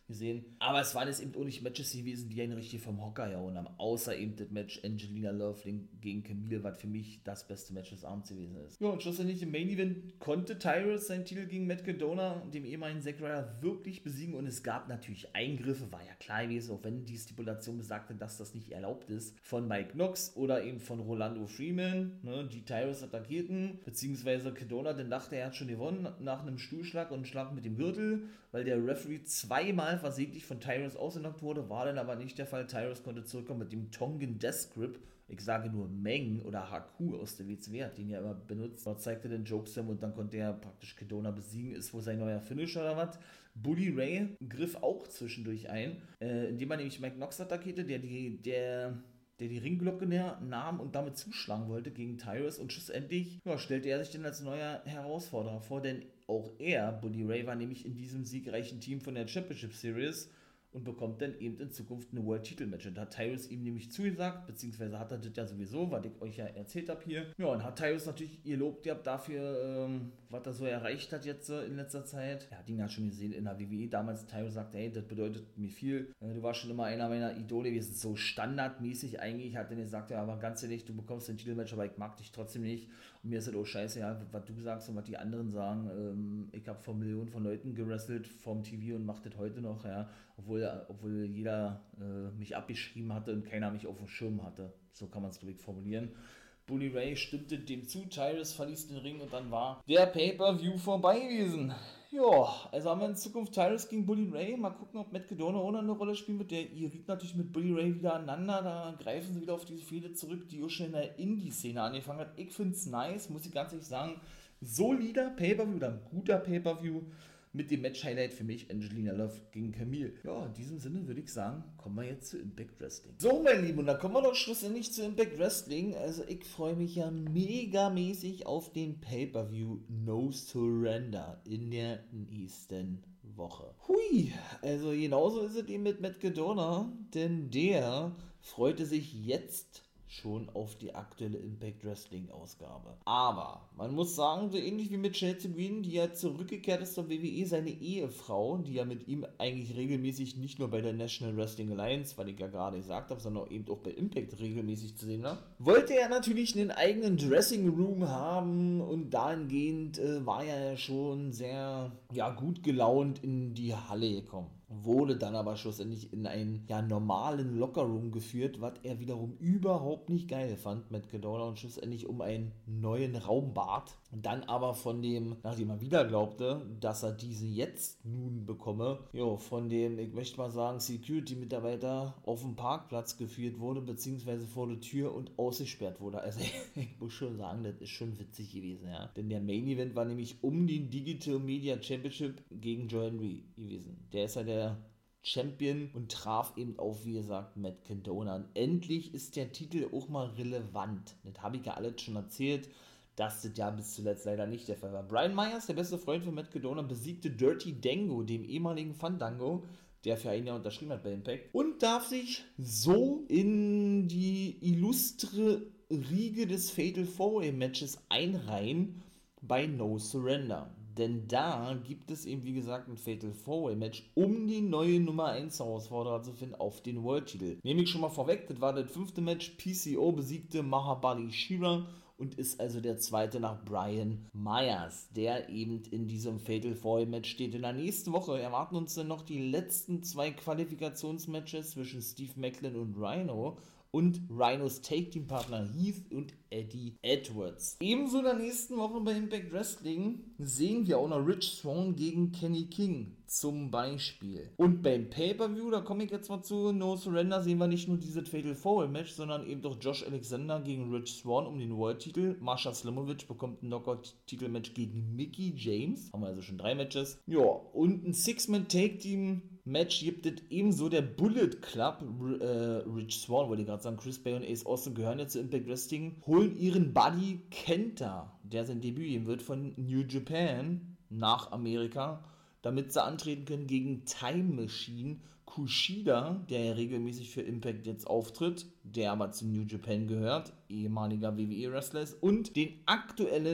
gesehen. Aber es waren jetzt eben auch nicht Matches gewesen, die einen richtig vom Hocker gehauen haben. Außer eben das Match Angelina Love gegen Camille, was für mich das beste Match des Abends gewesen ist. Ja, und schlussendlich im Main Event konnte Tyrus seinen Titel gegen Matt Cardona, dem ehemaligen Zack Ryder, wirklich besiegen. Und es gab natürlich Eingriffe, war ja klar gewesen, auch wenn die Stipulation besagte, dass das nicht erlaubt ist, von Mike Knox oder eben von Rolando Freeman, ne, die Tyrus attackierten, beziehungsweise Cardona, denn dachte, er hat schon gewonnen nach einem Stuhlschlag und Schlag mit dem Gürtel, weil der Referee zweimal versehentlich von Tyrus ausgenockt wurde, war dann aber nicht der Fall. Tyrus konnte zurückkommen mit dem Tongan Death Grip, ich sage nur Meng oder H Q aus der W C W, hat den ja immer benutzt. Dort zeigte den Jokeslam und dann konnte er praktisch Cardona besiegen, ist wohl sein neuer Finisher oder was. Bully Ray griff auch zwischendurch ein, äh, indem er nämlich Mike Knox attackierte, der die, der, der die Ringglocke nahm und damit zuschlagen wollte gegen Tyrus, und schlussendlich ja, stellte er sich dann als neuer Herausforderer vor, denn auch er, Bully Ray, war nämlich in diesem siegreichen Team von der Championship Series und bekommt dann eben in Zukunft eine World-Titel-Match. Da hat Tyrus ihm nämlich zugesagt, beziehungsweise hat er das ja sowieso, was ich euch ja erzählt habe hier. Ja, und hat Tyrus natürlich ihr Lob gehabt dafür, ähm, was er so erreicht hat jetzt äh, in letzter Zeit. Er hat ihn ja schon gesehen in der W W E damals. Tyrus sagte, hey, das bedeutet mir viel. Äh, du warst schon immer einer meiner Idole gewesen, so standardmäßig eigentlich. Hat dann gesagt, ja, aber ganz ehrlich, du bekommst den Titelmatch, aber ich mag dich trotzdem nicht. Und mir ist das auch scheiße, ja, was du sagst und was die anderen sagen. Ähm, ich habe vor Millionen von Leuten gewrestelt vom T V und mach das heute noch, ja. Obwohl, obwohl jeder äh, mich abgeschrieben hatte und keiner mich auf dem Schirm hatte. So kann man es, glaube ich, formulieren. Bully Ray stimmte dem zu, Tyrus verließ den Ring und dann war der Pay-Per-View vorbei gewesen. Ja, also haben wir in Zukunft Tyrus gegen Bully Ray. Mal gucken, ob Matt Cardona auch noch eine Rolle spielen wird. Der geriet natürlich mit Bully Ray wieder aneinander. Da greifen sie wieder auf diese Fehde zurück, die auch schon in der Indie-Szene angefangen hat. Ich finde es nice, muss ich ganz ehrlich sagen. Solider Pay-Per-View oder ein guter Pay-Per-View. Mit dem Match-Highlight für mich Angelina Love gegen Camille. Ja, in diesem Sinne würde ich sagen, kommen wir jetzt zu Impact Wrestling. So, mein Lieben, und dann kommen wir doch schlussendlich zu Impact Wrestling. Also ich freue mich ja megamäßig auf den Pay-Per-View No Surrender in der nächsten Woche. Hui, also genauso ist es eben mit Matt Cardona, denn der freute sich jetzt schon auf die aktuelle Impact Wrestling Ausgabe. Aber man muss sagen, so ähnlich wie mit Chelsea Green, die ja zurückgekehrt ist zur W W E, seine Ehefrau, die ja mit ihm eigentlich regelmäßig nicht nur bei der National Wrestling Alliance, weil ich ja gerade gesagt habe, sondern eben auch bei Impact regelmäßig zu sehen war, wollte er natürlich einen eigenen Dressing Room haben, und dahingehend äh, war er ja schon sehr ja, gut gelaunt in die Halle gekommen. Wurde dann aber schlussendlich in einen ja, normalen Lockerroom geführt, was er wiederum überhaupt nicht geil fand mit Cardona, und schlussendlich um einen neuen Raum bat. Und dann aber von dem, nachdem er wieder glaubte, dass er diese jetzt nun bekomme, jo, von dem, ich möchte mal sagen, Security-Mitarbeiter auf dem Parkplatz geführt wurde, beziehungsweise vor der Tür und ausgesperrt wurde. Also ich muss schon sagen, das ist schon witzig gewesen, ja. Denn der Main Event war nämlich um den Digital Media Championship gegen Joe Henry gewesen. Der ist ja der Champion und traf eben auf, wie gesagt, Matt Cardona. Und endlich ist der Titel auch mal relevant. Das habe ich ja alles schon erzählt, dass das ja bis zuletzt leider nicht der Fall war. Brian Myers, der beste Freund von Matt Cardona, besiegte Dirty Dango, dem ehemaligen Fandango, der für ein Jahr unterschrieben hat bei Impact, und darf sich so in die illustre Riege des Fatal Four-Way Matches einreihen bei No Surrender. Denn da gibt es eben, wie gesagt, ein Fatal Four-Way Match, um die neue Nummer eins Herausforderer zu finden auf den World-Titel. Nehme ich schon mal vorweg, das war das fünfte Match. P C O besiegte Mahabali Shera und ist also der zweite nach Brian Myers, der eben in diesem Fatal Four-Way Match steht. In der nächsten Woche erwarten uns dann noch die letzten zwei Qualifikationsmatches zwischen Steve Macklin und Rhino und Rhinos Take-Team-Partner Heath und Eddie Edwards. Ebenso in der nächsten Woche bei Impact Wrestling sehen wir auch noch Rich Swann gegen Kenny King zum Beispiel. Und beim Pay-Per-View, da komme ich jetzt mal zu No Surrender, sehen wir nicht nur dieses Fatal Four-Way Match, sondern eben doch Josh Alexander gegen Rich Swann um den World-Titel. Marsha Slimovic bekommt ein Knockout-Titelmatch gegen Mickie James. Haben wir also schon drei Matches. Ja, und ein Six-Man-Take-Team Match gibt es ebenso. Der Bullet Club, äh, Rich Swann, wollte ich gerade sagen, Chris Bay und Ace Austin gehören ja zu Impact Wrestling, holen ihren Buddy Kenta, der sein Debüt geben wird, von New Japan nach Amerika, damit sie antreten können gegen Time Machine Kushida, der ja regelmäßig für Impact jetzt auftritt, der aber zu New Japan gehört, ehemaliger W W E-Wrestler ist, und den aktuellen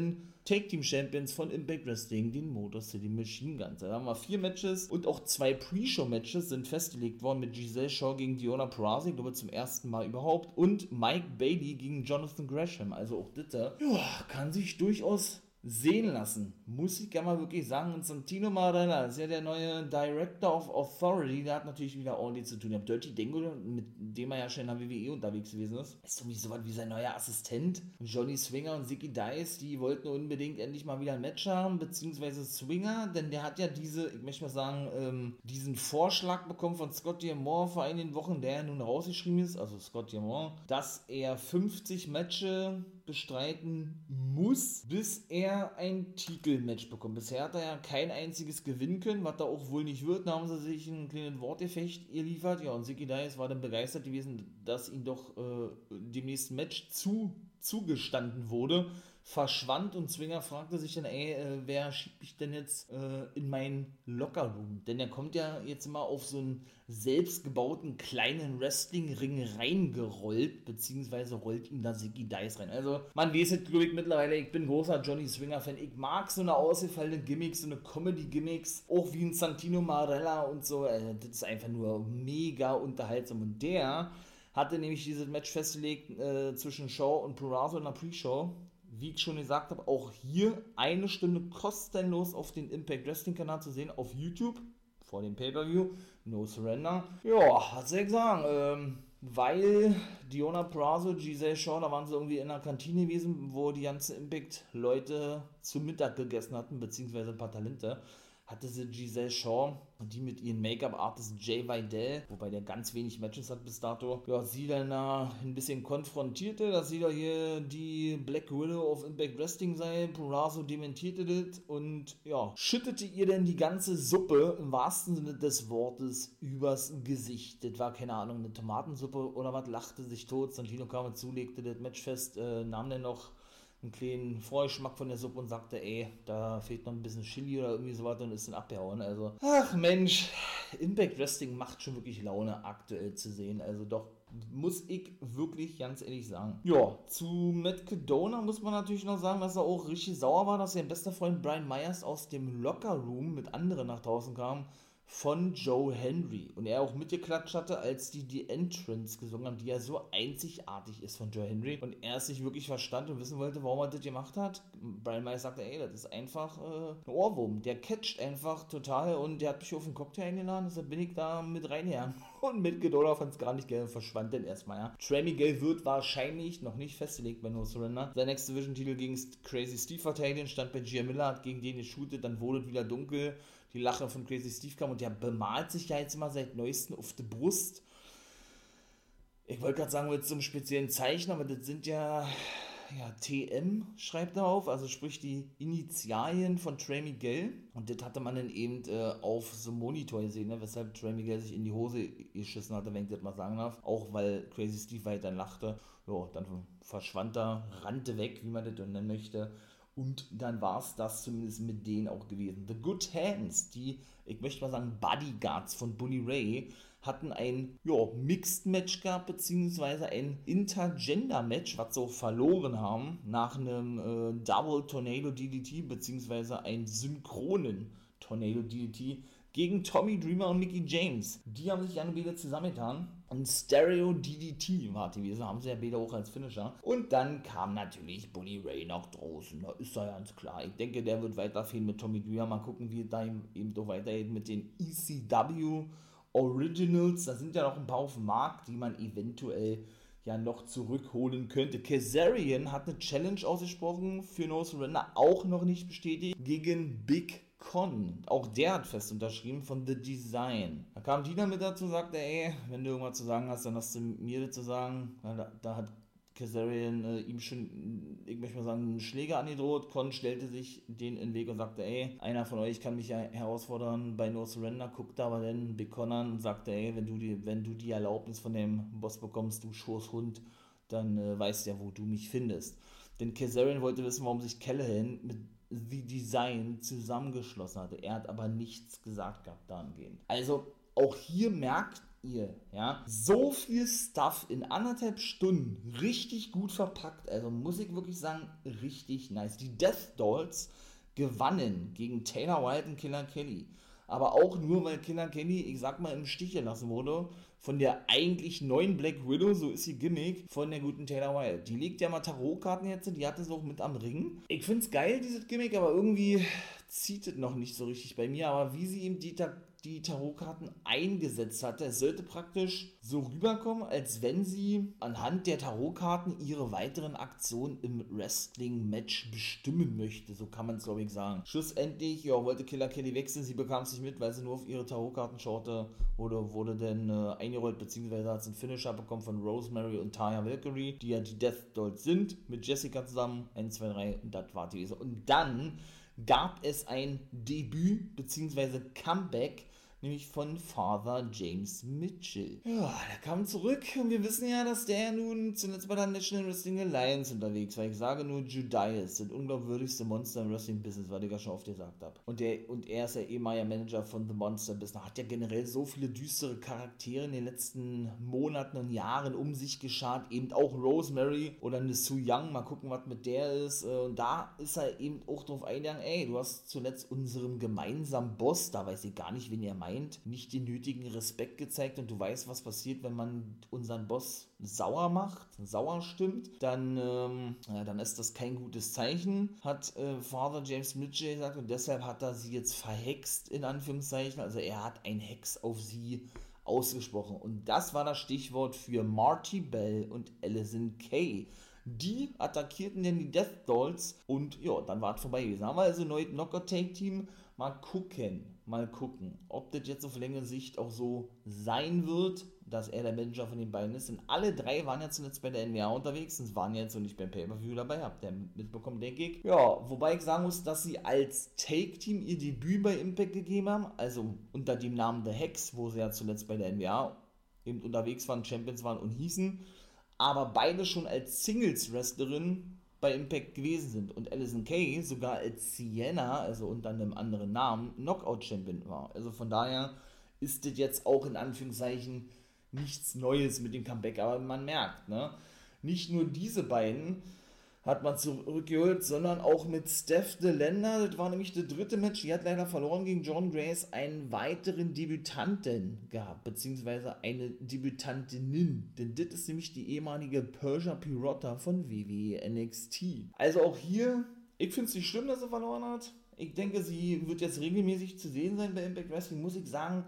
Tag Team Champions von Impact Wrestling, den Motor City Machine Guns. Da haben wir vier Matches und auch zwei Pre-Show-Matches sind festgelegt worden mit Giselle Shaw gegen Deonna Purrazzo, ich glaube zum ersten Mal überhaupt, und Mike Bailey gegen Jonathan Gresham. Also auch das, ja, kann sich durchaus sehen lassen, muss ich gerne mal wirklich sagen. Und Santino Marella ist ja der neue Director of Authority, der hat natürlich wieder ordentlich zu tun. Der Dirty Dingo, mit dem er ja schon in der W W E unterwegs gewesen ist, ist irgendwie so was wie sein neuer Assistent. Und Johnny Swinger und Zicky Dice, die wollten unbedingt endlich mal wieder ein Match haben, beziehungsweise Swinger, denn der hat ja diese, ich möchte mal sagen, ähm, diesen Vorschlag bekommen von Scott D'Amore vor einigen Wochen, der ja nun rausgeschrieben ist, also Scott D'Amore, dass er fünfzig Matches bestreiten muss, bis er ein Titelmatch bekommt. Bisher hat er ja kein einziges gewinnen können, was da auch wohl nicht wird. Da haben sie sich ein kleines Wortgefecht geliefert. Ja, und Zicky Dice war dann begeistert gewesen, dass ihm doch äh, dem nächsten Match zu, zugestanden wurde. Verschwand und Swinger fragte sich dann, ey, äh, wer schiebt mich denn jetzt äh, in meinen Lockerroom? Denn er kommt ja jetzt immer auf so einen selbstgebauten kleinen Wrestling-Ring reingerollt, beziehungsweise rollt ihm da Zicky Dice rein. Also, man weiß es, glaube ich, mittlerweile, ich bin großer Johnny Swinger-Fan. Ich mag so eine ausgefallene Gimmicks, so eine Comedy-Gimmicks, auch wie ein Santino Marella und so. Äh, das ist einfach nur mega unterhaltsam. Und der hatte nämlich dieses Match festgelegt äh, zwischen Shaw und Purrazzo in der Pre-Show. Wie ich schon gesagt habe, auch hier eine Stunde kostenlos auf den Impact Wrestling Kanal zu sehen, auf YouTube, vor dem Pay-Per-View, No Surrender. Ja, was soll ich sagen, ähm, weil Deonna Purrazzo, Giselle Shaw, da waren sie irgendwie in einer Kantine gewesen, wo die ganzen Impact-Leute zu Mittag gegessen hatten, beziehungsweise ein paar Talente, hatte sie Giselle Shaw, die mit ihren Make-up-Artist Jay Vidal, wobei der ganz wenig Matches hat bis dato, ja, sie dann uh, ein bisschen konfrontierte, dass sie da hier die Black Widow of Impact Wrestling sei. Purrazzo dementierte das und ja, schüttete ihr dann die ganze Suppe im wahrsten Sinne des Wortes übers Gesicht. Das war, keine Ahnung, eine Tomatensuppe oder was, lachte sich tot. Santino kam und zulegte das Match fest, äh, nahm dann noch einen kleinen Vorgeschmack von der Suppe und sagte, ey, da fehlt noch ein bisschen Chili oder irgendwie sowas und ist dann abgehauen. Also, ach Mensch, Impact Wrestling macht schon wirklich Laune aktuell zu sehen. Also doch, muss ich wirklich ganz ehrlich sagen. Ja, zu Matt Cadona muss man natürlich noch sagen, dass er auch richtig sauer war, dass sein bester Freund Brian Myers aus dem Locker-Room mit anderen nach draußen kam von Joe Hendry und er auch mitgeklatscht hatte, als die die Entrance gesungen haben, die ja so einzigartig ist von Joe Hendry und er es sich wirklich verstand und wissen wollte, warum er das gemacht hat. Brian Myers sagte, ey, das ist einfach äh, ein Ohrwurm, der catcht einfach total und der hat mich auf einen Cocktail eingeladen, deshalb bin ich da mit reingegangen und mit Cadona fand es gar nicht geil und verschwand dann erstmal, ja. Trey Miguel wird wahrscheinlich noch nicht festgelegt bei No Surrender. Sein Next Division Titel gegen Crazy Steve verteidigen, stand bei Gia Miller, hat gegen den geshootet, dann wurde es wieder dunkel. Die Lache von Crazy Steve kam und der bemalt sich ja jetzt immer seit neuestem auf die Brust. Ich wollte gerade sagen, mit so einem speziellen Zeichen, aber das sind ja, ja T M, schreibt er auf, also sprich die Initialien von Trey Miguel. Und das hatte man dann eben äh, auf so einem Monitor gesehen, ne, weshalb Trey Miguel sich in die Hose geschissen hatte, wenn ich das mal sagen darf. Auch weil Crazy Steve weiter lachte. Ja, dann verschwand er, rannte weg, wie man das dann nennen möchte. Und dann war es das zumindest mit denen auch gewesen. The Good Hands, die, ich möchte mal sagen, Bodyguards von Bully Ray, hatten ein ja, Mixed Match gehabt, beziehungsweise ein Intergender Match, was sie auch verloren haben, nach einem äh, Double Tornado D D T, beziehungsweise einen synchronen Tornado D D T gegen Tommy Dreamer und Mickey James. Die haben sich gerne wieder zusammengetan. Ein Stereo D D T war die gewesen, haben sie ja beide auch als Finisher. Und dann kam natürlich Bully Ray nach draußen, da ist ja ganz klar. Ich denke, der wird weiterfehlen mit Tommy Dreamer. Mal gucken, wie es da eben doch weitergeht mit den E C W Originals. Da sind ja noch ein paar auf dem Markt, die man eventuell ja noch zurückholen könnte. Kazarian hat eine Challenge ausgesprochen für No Surrender, auch noch nicht bestätigt, gegen Big Con. Auch der hat fest unterschrieben von The Design. Da kam Dina mit dazu und sagte, ey, wenn du irgendwas zu sagen hast, dann hast du mir das zu sagen. Da, da hat Kazarian äh, ihm schon, ich möchte mal sagen, einen Schläger angedroht. Con stellte sich den in den Weg und sagte, ey, einer von euch kann mich ja herausfordern bei No Surrender. Guckte aber dann Big Con an und sagte, ey, wenn du die, wenn du die Erlaubnis von dem Boss bekommst, du Schoßhund, dann äh, weißt du ja, wo du mich findest. Denn Kazarian wollte wissen, warum sich Callahan mit The Design zusammengeschlossen hatte. Er hat aber nichts gesagt gehabt dahingehend. Also auch hier merkt ihr, ja, so viel Stuff in anderthalb Stunden richtig gut verpackt, also muss ich wirklich sagen, richtig nice. Die Death Dolls gewannen gegen Taylor Wilde und Killer Kelly, aber auch nur, weil Killer Kelly, ich sag mal, im Stich gelassen wurde von der eigentlich neuen Black Widow, so ist sie Gimmick, von der guten Taylor Wilde. Die legt ja mal Tarotkarten jetzt, die hat es auch mit am Ring. Ich find's geil, dieses Gimmick, aber irgendwie zieht es noch nicht so richtig bei mir, aber wie sie ihm die, die Tarotkarten eingesetzt hatte, es sollte praktisch so rüberkommen, als wenn sie anhand der Tarotkarten ihre weiteren Aktionen im Wrestling-Match bestimmen möchte, so kann man es glaube ich sagen. Schlussendlich, ja, wollte Killer Kelly wechseln, sie bekam es nicht mit, weil sie nur auf ihre Tarotkarten schaute, wurde, wurde dann äh, eingerollt, beziehungsweise hat sie einen Finisher bekommen von Rosemary und Taya Valkyrie, die ja die Death Dolls sind, mit Jessica zusammen, eins, zwei, drei, und das war die. Und dann gab es ein Debüt bzw. Comeback, nämlich von Father James Mitchell. Ja, der kam zurück und wir wissen ja, dass der nun zuletzt bei der National Wrestling Alliance unterwegs war. Ich sage nur Judas, das unglaubwürdigste Monster im Wrestling-Business, was ich ja schon oft gesagt habe. Und, der, und er ist ja ehemaliger Manager von The Monster Business. Hat ja generell so viele düstere Charaktere in den letzten Monaten und Jahren um sich geschart. Eben auch Rosemary oder eine Sue Young. Mal gucken, was mit der ist. Und da ist er eben auch drauf eingegangen, ey, du hast zuletzt unserem gemeinsamen Boss, da weiß ich gar nicht, wen ihr meint, nicht den nötigen Respekt gezeigt und du weißt, was passiert, wenn man unseren Boss sauer macht, sauer stimmt, dann, ähm, ja, dann ist das kein gutes Zeichen, hat äh, Father James Mitchell gesagt, und deshalb hat er sie jetzt verhext, in Anführungszeichen, also er hat ein Hex auf sie ausgesprochen und das war das Stichwort für Marty Bell und Allison Kay. Die attackierten denn die Death Dolls und ja, dann war es vorbei gewesen. Haben wir also ein neues Knockout-Take-Team. Mal gucken, mal gucken, ob das jetzt auf längere Sicht auch so sein wird, dass er der Manager von den beiden ist. Denn alle drei waren ja zuletzt bei der N W A unterwegs und waren ja jetzt noch nicht beim Pay-Per-View dabei. Habt ihr mitbekommen, denke ich. Ja, wobei ich sagen muss, dass sie als Take-Team ihr Debüt bei Impact gegeben haben. Also unter dem Namen The Hex, wo sie ja zuletzt bei der N W A eben unterwegs waren, Champions waren und hießen. Aber beide schon als Singles-Wrestlerin bei Impact gewesen sind und Allison Kay sogar als Sienna, also unter einem anderen Namen, Knockout-Champion war. Also von daher ist das jetzt auch in Anführungszeichen nichts Neues mit dem Comeback, aber man merkt, ne, nicht nur diese beiden hat man zurückgeholt, sondern auch mit Steph DeLander, das war nämlich das dritte Match, die hat leider verloren gegen John Grace, einen weiteren Debütanten gehabt, beziehungsweise eine Debütantinnen, denn das ist nämlich die ehemalige Persia Pirotta von W W E N X T. Also auch hier, ich finde es nicht schlimm, dass sie verloren hat, ich denke, sie wird jetzt regelmäßig zu sehen sein bei Impact Wrestling, muss ich sagen.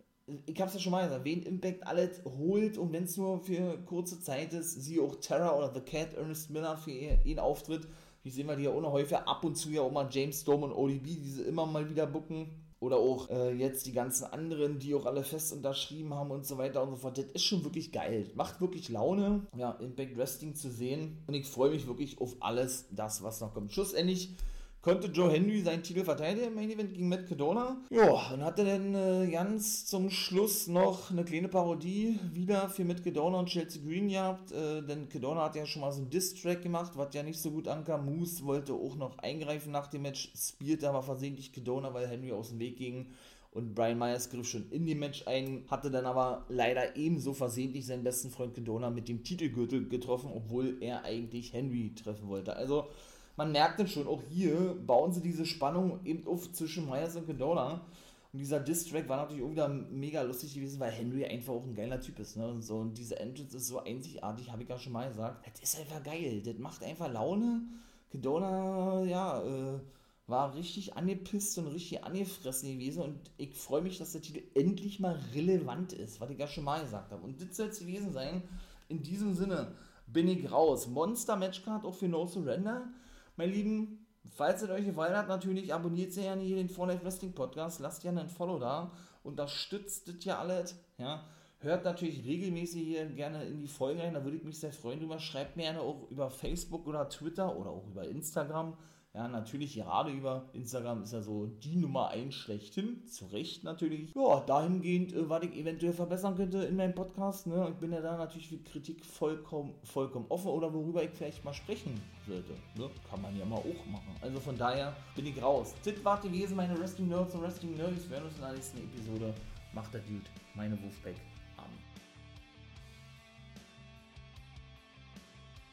Ich hab's ja schon mal gesagt, wen Impact alles holt und wenn es nur für kurze Zeit ist, siehe auch Terra oder The Cat, Ernest Miller für ihren Auftritt, wie sehen wir die ja auch noch häufig, ab und zu ja auch mal James Storm und O D B, die sie immer mal wieder booken, oder auch äh, jetzt die ganzen anderen, die auch alle fest unterschrieben haben und so weiter und so fort, das ist schon wirklich geil, macht wirklich Laune, ja, Impact Wrestling zu sehen und ich freue mich wirklich auf alles das, was noch kommt. Schlussendlich konnte Joe Henry seinen Titel verteidigen im Main Event gegen Matt Cardona. Ja, und hatte dann äh, ganz zum Schluss noch eine kleine Parodie wieder für Matt Cardona und Chelsea Green gehabt, äh, denn Cardona hat ja schon mal so einen Diss-Track gemacht, was ja nicht so gut ankam. Moose wollte auch noch eingreifen nach dem Match, spearte aber versehentlich Cardona, weil Henry aus dem Weg ging. Und Brian Myers griff schon in dem Match ein, hatte dann aber leider ebenso versehentlich seinen besten Freund Cardona mit dem Titelgürtel getroffen, obwohl er eigentlich Henry treffen wollte. Also man merkt dann schon, auch hier bauen sie diese Spannung eben auf zwischen Myers und Cardona. Und dieser Diss-Track war natürlich auch wieder mega lustig gewesen, weil Henry einfach auch ein geiler Typ ist. Ne? Und, so, und diese Entrance ist so einzigartig, habe ich ja schon mal gesagt. Das ist einfach geil, das macht einfach Laune. Cardona, ja, äh, war richtig angepisst und richtig angefressen gewesen. Und ich freue mich, dass der Titel endlich mal relevant ist, was ich ja schon mal gesagt habe. Und das soll es gewesen sein. In diesem Sinne bin ich raus. Monster-Matchcard auch für No Surrender. Meine Lieben, falls es euch gefallen hat, natürlich abonniert sehr gerne hier den For Life Wrestling Podcast, lasst gerne ein Follow da, unterstützt das ja alles, ja, hört natürlich regelmäßig hier gerne in die Folgen rein, da würde ich mich sehr freuen drüber, schreibt mir gerne auch über Facebook oder Twitter oder auch über Instagram, ja, natürlich gerade über Instagram ist ja so die Nummer eins schlechthin, zu Recht natürlich. Ja, dahingehend, äh, was ich eventuell verbessern könnte in meinem Podcast, ne, ich bin ja da natürlich für Kritik vollkommen, vollkommen offen oder worüber ich vielleicht mal sprechen sollte, ne, kann man ja mal auch machen. Also von daher bin ich raus. Das war gewesen, meine Wrestling Nerds und Wrestling Nerds, wir hören uns in der nächsten Episode. Macht das gut, meine Wolfpack.